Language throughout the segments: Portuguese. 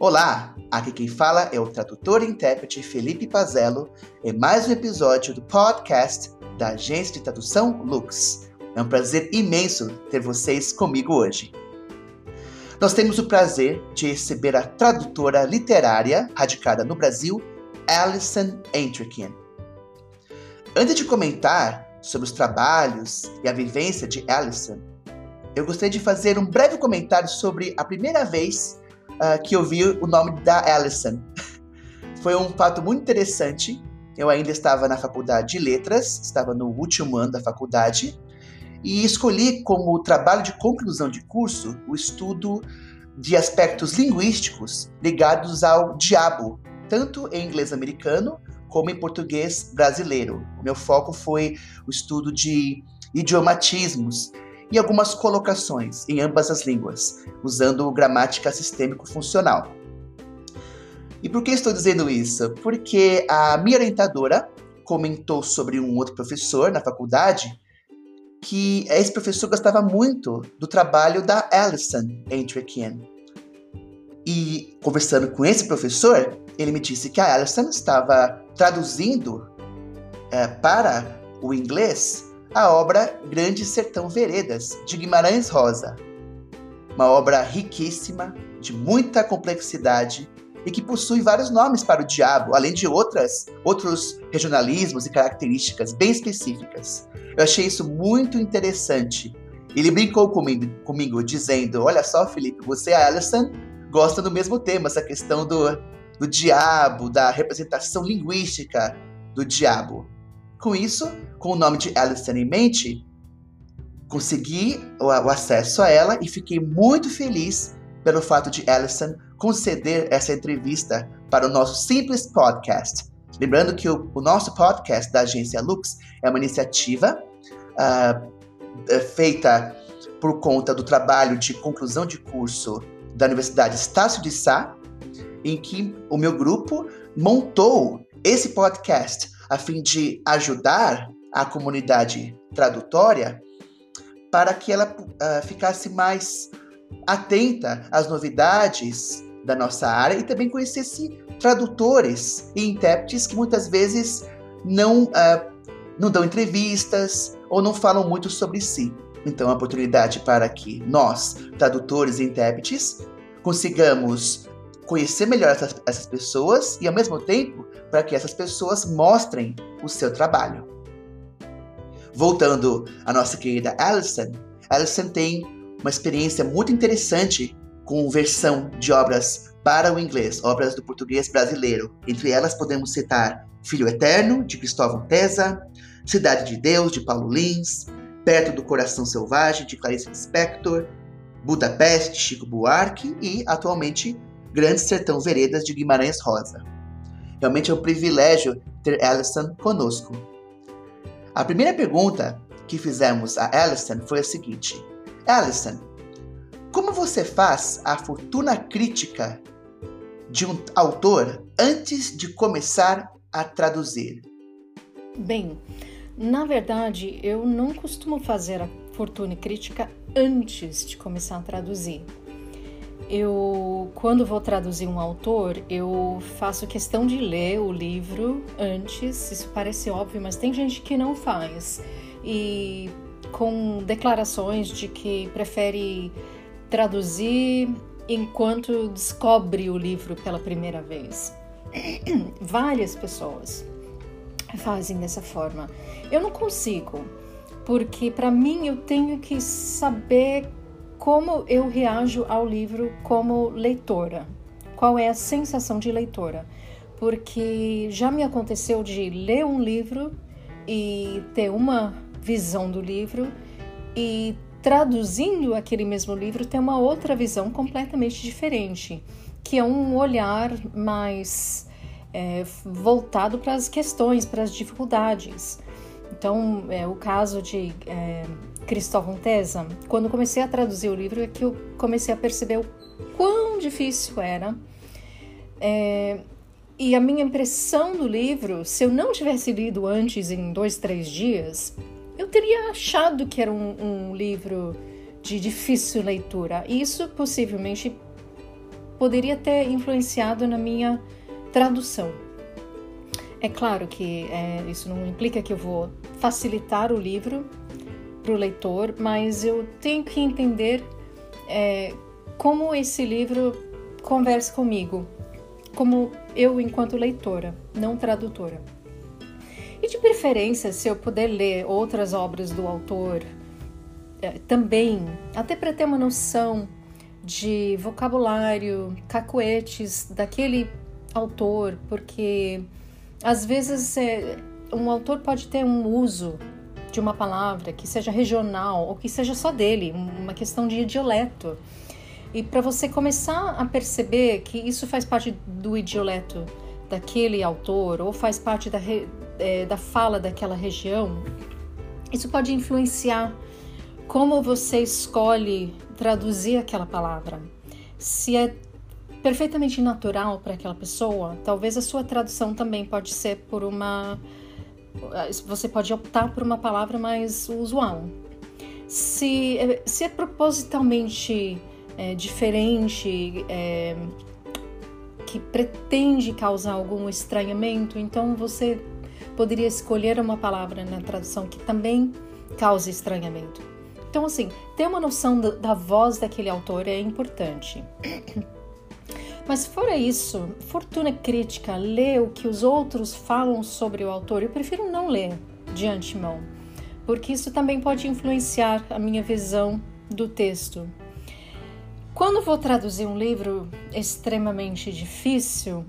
Olá, aqui quem fala é o tradutor e intérprete Felipe Pazello em mais um episódio do podcast da agência de tradução Lux. É um prazer imenso ter vocês comigo hoje. Nós temos o prazer de receber a tradutora literária radicada no Brasil, Alison Entrekian. Antes de comentar sobre os trabalhos e a vivência de Alison, eu gostaria de fazer um breve comentário sobre a primeira vez que eu vi o nome da Alison. Foi um fato muito interessante. Eu ainda estava na faculdade de letras, estava no último ano da faculdade, e escolhi como trabalho de conclusão de curso o estudo de aspectos linguísticos ligados ao diabo, tanto em inglês americano como em português brasileiro. O meu foco foi o estudo de idiomatismos e algumas colocações em ambas as línguas, usando gramática sistêmico-funcional. E por que estou dizendo isso? Porque a minha orientadora comentou sobre um outro professor na faculdade que esse professor gostava muito do trabalho da Alison Entrekian. E conversando com esse professor, ele me disse que a Alison estava traduzindo para o inglês a obra Grande Sertão Veredas, de Guimarães Rosa. Uma obra riquíssima, de muita complexidade e que possui vários nomes para o diabo, além de outros regionalismos e características bem específicas. Eu achei isso muito interessante. Ele brincou comigo dizendo: olha só, Felipe, você e a Alison gostam do mesmo tema, essa questão do diabo, da representação linguística do diabo. Com isso, com o nome de Alison em mente, consegui o acesso a ela e fiquei muito feliz pelo fato de Alison conceder essa entrevista para o nosso simples podcast. Lembrando que o nosso podcast da agência Lux é uma iniciativa feita por conta do trabalho de conclusão de curso da Universidade Estácio de Sá, em que o meu grupo montou esse podcast a fim de ajudar a comunidade tradutória para que ela ficasse mais atenta às novidades da nossa área e também conhecesse tradutores e intérpretes que muitas vezes não dão entrevistas ou não falam muito sobre si. Então, é uma oportunidade para que nós, tradutores e intérpretes, consigamos conhecer melhor essas pessoas e, ao mesmo tempo, para que essas pessoas mostrem o seu trabalho. Voltando à nossa querida Alison, Alison tem uma experiência muito interessante com versão de obras para o inglês, obras do português brasileiro. Entre elas podemos citar Filho Eterno, de Cristóvão Tesa, Cidade de Deus, de Paulo Lins, Perto do Coração Selvagem, de Clarice Lispector, Budapeste, de Chico Buarque e, atualmente, Grande Sertão Veredas, de Guimarães Rosa. Realmente é um privilégio ter Alison conosco. A primeira pergunta que fizemos a Alison foi a seguinte: Alison, como você faz a fortuna crítica de um autor antes de começar a traduzir? Bem, na verdade, eu não costumo fazer a fortuna crítica antes de começar a traduzir. Quando vou traduzir um autor, eu faço questão de ler o livro antes. Isso parece óbvio, mas tem gente que não faz. E com declarações de que prefere traduzir enquanto descobre o livro pela primeira vez. Várias pessoas fazem dessa forma. Eu não consigo, porque para mim eu tenho que saber como eu reajo ao livro como leitora. Qual é a sensação de leitora? Porque já me aconteceu de ler um livro e ter uma visão do livro e traduzindo aquele mesmo livro ter uma outra visão completamente diferente, que é um olhar mais voltado para as questões, para as dificuldades. Então, o caso de Cristóvão Tesa, quando comecei a traduzir o livro, é que eu comecei a perceber o quão difícil era. E a minha impressão do livro, se eu não tivesse lido antes em 2, 3 dias, eu teria achado que era um livro de difícil leitura. E isso possivelmente poderia ter influenciado na minha tradução. É claro que isso não implica que eu vou facilitar o livro para o leitor, mas eu tenho que entender como esse livro conversa comigo, como eu enquanto leitora, não tradutora. E de preferência, se eu puder ler outras obras do autor também, até para ter uma noção de vocabulário, cacoetes daquele autor, porque às vezes um autor pode ter um uso de uma palavra que seja regional ou que seja só dele, uma questão de idioleto. E para você começar a perceber que isso faz parte do idioleto daquele autor ou faz parte da fala daquela região, isso pode influenciar como você escolhe traduzir aquela palavra. Se é perfeitamente natural para aquela pessoa, talvez a sua tradução também pode ser você pode optar por uma palavra mais usual. Se é propositalmente diferente, que pretende causar algum estranhamento, então você poderia escolher uma palavra na tradução que também cause estranhamento. Então, assim, ter uma noção da voz daquele autor é importante. Mas fora isso, fortuna crítica, ler o que os outros falam sobre o autor, eu prefiro não ler de antemão, porque isso também pode influenciar a minha visão do texto. Quando vou traduzir um livro extremamente difícil,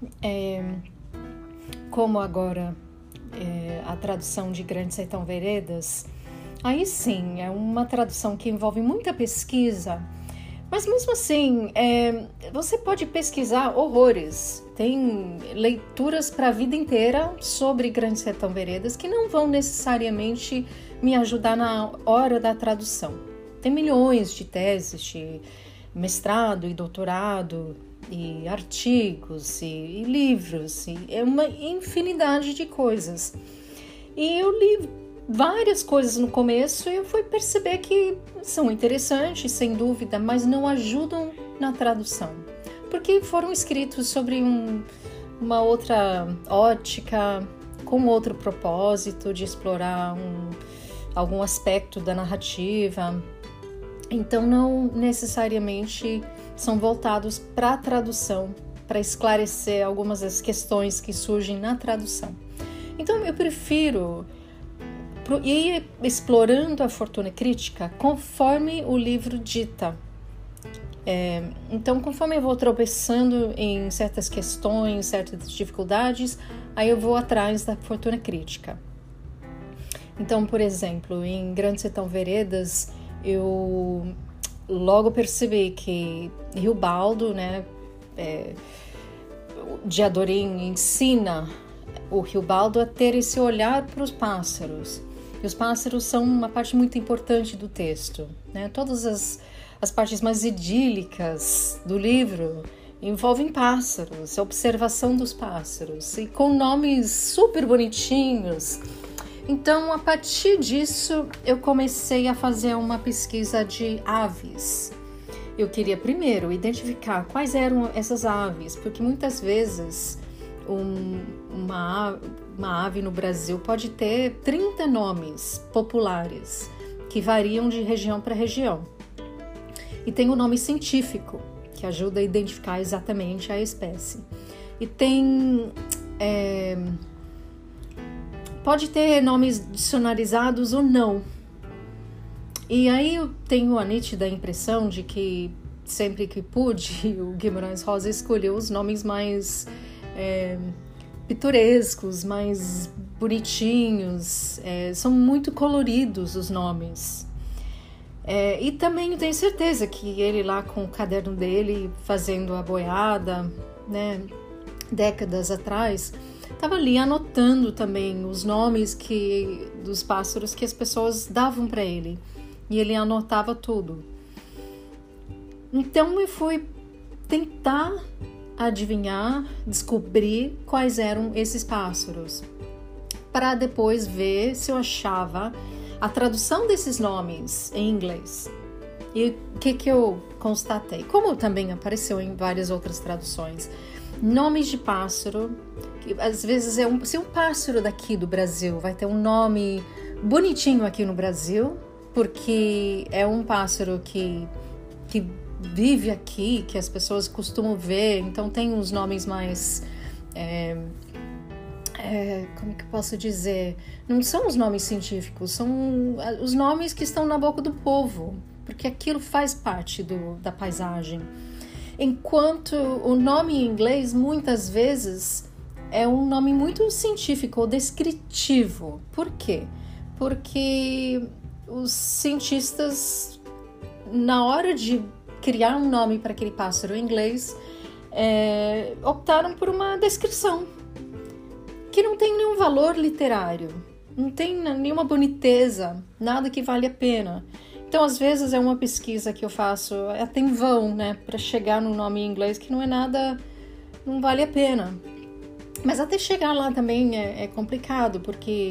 como agora a tradução de Grande Sertão Veredas, aí sim, é uma tradução que envolve muita pesquisa, mas mesmo assim, você pode pesquisar horrores. Tem leituras para a vida inteira sobre Grande Sertão Veredas que não vão necessariamente me ajudar na hora da tradução. Tem milhões de teses de mestrado e doutorado, e artigos, e livros, e é uma infinidade de coisas. E eu li várias coisas no começo e eu fui perceber que são interessantes, sem dúvida, mas não ajudam na tradução, porque foram escritos sobre uma outra ótica, com outro propósito de explorar algum aspecto da narrativa. Então não necessariamente são voltados para a tradução, para esclarecer algumas das questões que surgem na tradução. Então eu prefiro ir explorando a fortuna crítica conforme o livro dita. Então, conforme eu vou tropeçando em certas questões, certas dificuldades, aí eu vou atrás da fortuna crítica. Então, por exemplo, em Grande Sertão Veredas, eu logo percebi que Riobaldo, de Adorim, ensina o Riobaldo a ter esse olhar para os pássaros. E os pássaros são uma parte muito importante do texto, né? Todas as partes mais idílicas do livro envolvem pássaros, a observação dos pássaros, e com nomes super bonitinhos. Então, a partir disso, eu comecei a fazer uma pesquisa de aves. Eu queria primeiro identificar quais eram essas aves, porque muitas vezes uma ave no Brasil pode ter 30 nomes populares, que variam de região para região. E tem o nome científico, que ajuda a identificar exatamente a espécie. E tem... pode ter nomes dicionarizados ou não. E aí eu tenho a nítida impressão de que, sempre que pude, o Guimarães Rosa escolheu os nomes mais pitorescos, mais bonitinhos. São muito coloridos os nomes. E também eu tenho certeza que ele lá com o caderno dele, fazendo a boiada, né, décadas atrás, estava ali anotando também os nomes dos pássaros que as pessoas davam para ele. E ele anotava tudo. Então eu fui tentar adivinhar, descobrir quais eram esses pássaros, para depois ver se eu achava a tradução desses nomes em inglês. E o que eu constatei? Como também apareceu em várias outras traduções, nomes de pássaro, que às vezes se um pássaro daqui do Brasil vai ter um nome bonitinho aqui no Brasil, porque é um pássaro que vive aqui, que as pessoas costumam ver, então tem uns nomes mais... como que eu posso dizer? Não são os nomes científicos, são os nomes que estão na boca do povo, porque aquilo faz parte da paisagem. Enquanto o nome em inglês, muitas vezes, é um nome muito científico ou descritivo. Por quê? Porque os cientistas, na hora de criar um nome para aquele pássaro em inglês, optaram por uma descrição que não tem nenhum valor literário, não tem nenhuma boniteza, nada que vale a pena. Então, às vezes, é uma pesquisa que eu faço até em vão, né, para chegar no nome em inglês que não é nada, não vale a pena. Mas até chegar lá também é complicado, porque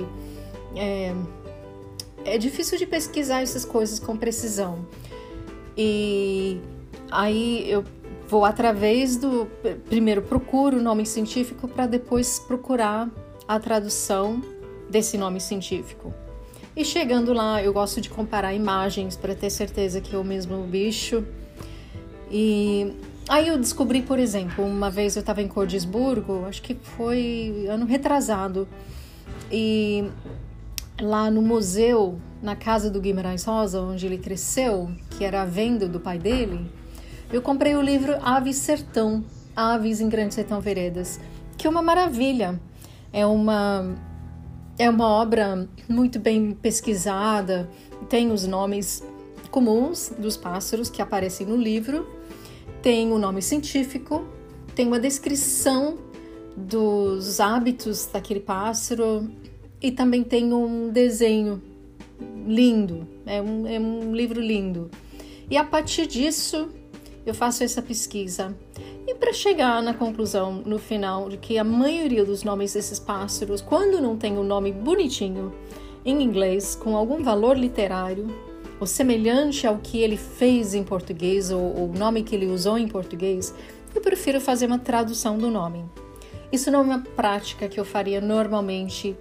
é difícil de pesquisar essas coisas com precisão. E aí eu vou através primeiro procuro o nome científico para depois procurar a tradução desse nome científico. E chegando lá, eu gosto de comparar imagens para ter certeza que é o mesmo bicho. E aí eu descobri, por exemplo, uma vez eu estava em Cordisburgo, acho que foi ano retrasado, e lá no museu, na casa do Guimarães Rosa, onde ele cresceu, que era a venda do pai dele, eu comprei o livro Aves Sertão, Aves em Grande Sertão Veredas, que é uma maravilha. É uma obra muito bem pesquisada, tem os nomes comuns dos pássaros que aparecem no livro, tem o nome científico, tem uma descrição dos hábitos daquele pássaro e também tem um desenho lindo, é um livro lindo. E a partir disso eu faço essa pesquisa. E para chegar na conclusão, no final, de que a maioria dos nomes desses pássaros, quando não tem um nome bonitinho em inglês, com algum valor literário, ou semelhante ao que ele fez em português, ou o nome que ele usou em português, eu prefiro fazer uma tradução do nome. Isso não é uma prática que eu faria normalmente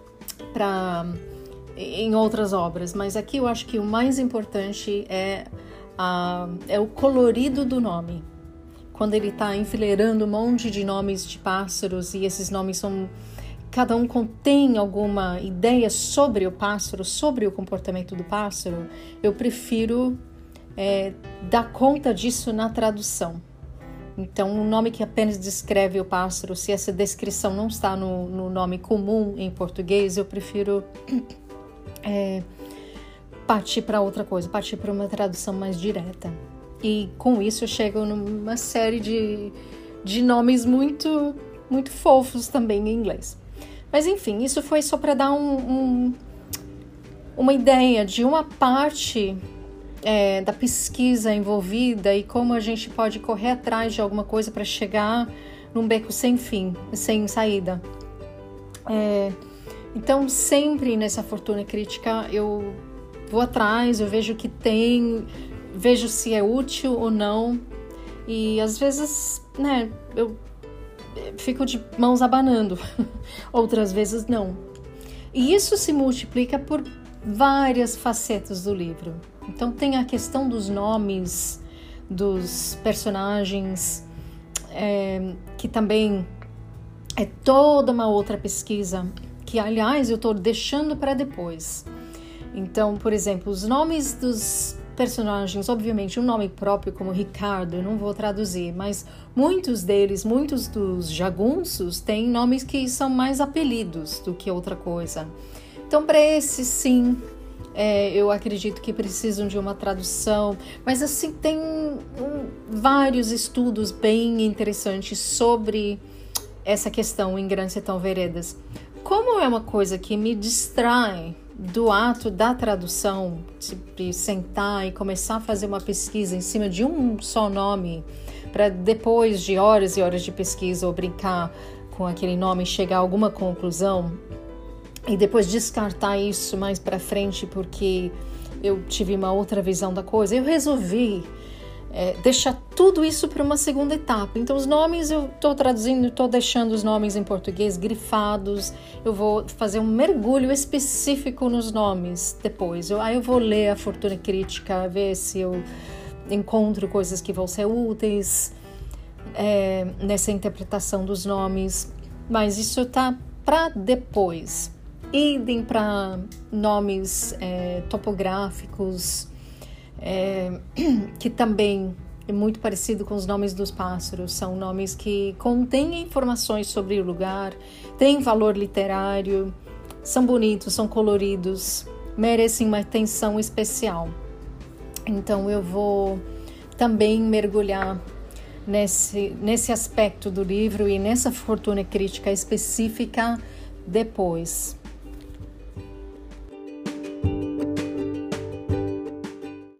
em outras obras, mas aqui eu acho que o mais importante é o colorido do nome. Quando ele está enfileirando um monte de nomes de pássaros e esses nomes cada um contém alguma ideia sobre o pássaro, sobre o comportamento do pássaro, eu prefiro dar conta disso na tradução. Então, um nome que apenas descreve o pássaro, se essa descrição não está no nome comum em português, eu prefiro partir para outra coisa, partir para uma tradução mais direta. E com isso eu chego numa série de nomes muito, muito fofos também em inglês. Mas enfim, isso foi só para dar uma ideia de uma parte da pesquisa envolvida e como a gente pode correr atrás de alguma coisa para chegar num beco sem fim, sem saída. Então, sempre nessa fortuna crítica, eu vou atrás, eu vejo o que tem, vejo se é útil ou não, e às vezes, né, eu fico de mãos abanando, outras vezes não. E isso se multiplica por várias facetas do livro. Então tem a questão dos nomes dos personagens, que também é toda uma outra pesquisa, que aliás eu estou deixando para depois. Então, por exemplo, os nomes dos personagens, obviamente um nome próprio como Ricardo, eu não vou traduzir, mas muitos dos jagunços têm nomes que são mais apelidos do que outra coisa. Então, para esses, sim, eu acredito que precisam de uma tradução, mas assim, tem vários estudos bem interessantes sobre essa questão em Grande Sertão Veredas. Como é uma coisa que me distrai do ato da tradução, de sentar e começar a fazer uma pesquisa em cima de um só nome, para depois de horas e horas de pesquisa ou brincar com aquele nome chegar a alguma conclusão e depois descartar isso mais para frente porque eu tive uma outra visão da coisa. Eu resolvi deixar tudo isso para uma segunda etapa. Então os nomes eu estou traduzindo, estou deixando os nomes em português grifados. Eu vou fazer um mergulho específico nos nomes depois. Aí eu vou ler a Fortuna Crítica, ver se eu encontro coisas que vão ser úteis nessa interpretação dos nomes. Mas isso está para depois. Idem para nomes topográficos, que também é muito parecido com os nomes dos pássaros. São nomes que contêm informações sobre o lugar, têm valor literário, são bonitos, são coloridos, merecem uma atenção especial. Então eu vou também mergulhar nesse aspecto do livro e nessa fortuna crítica específica depois.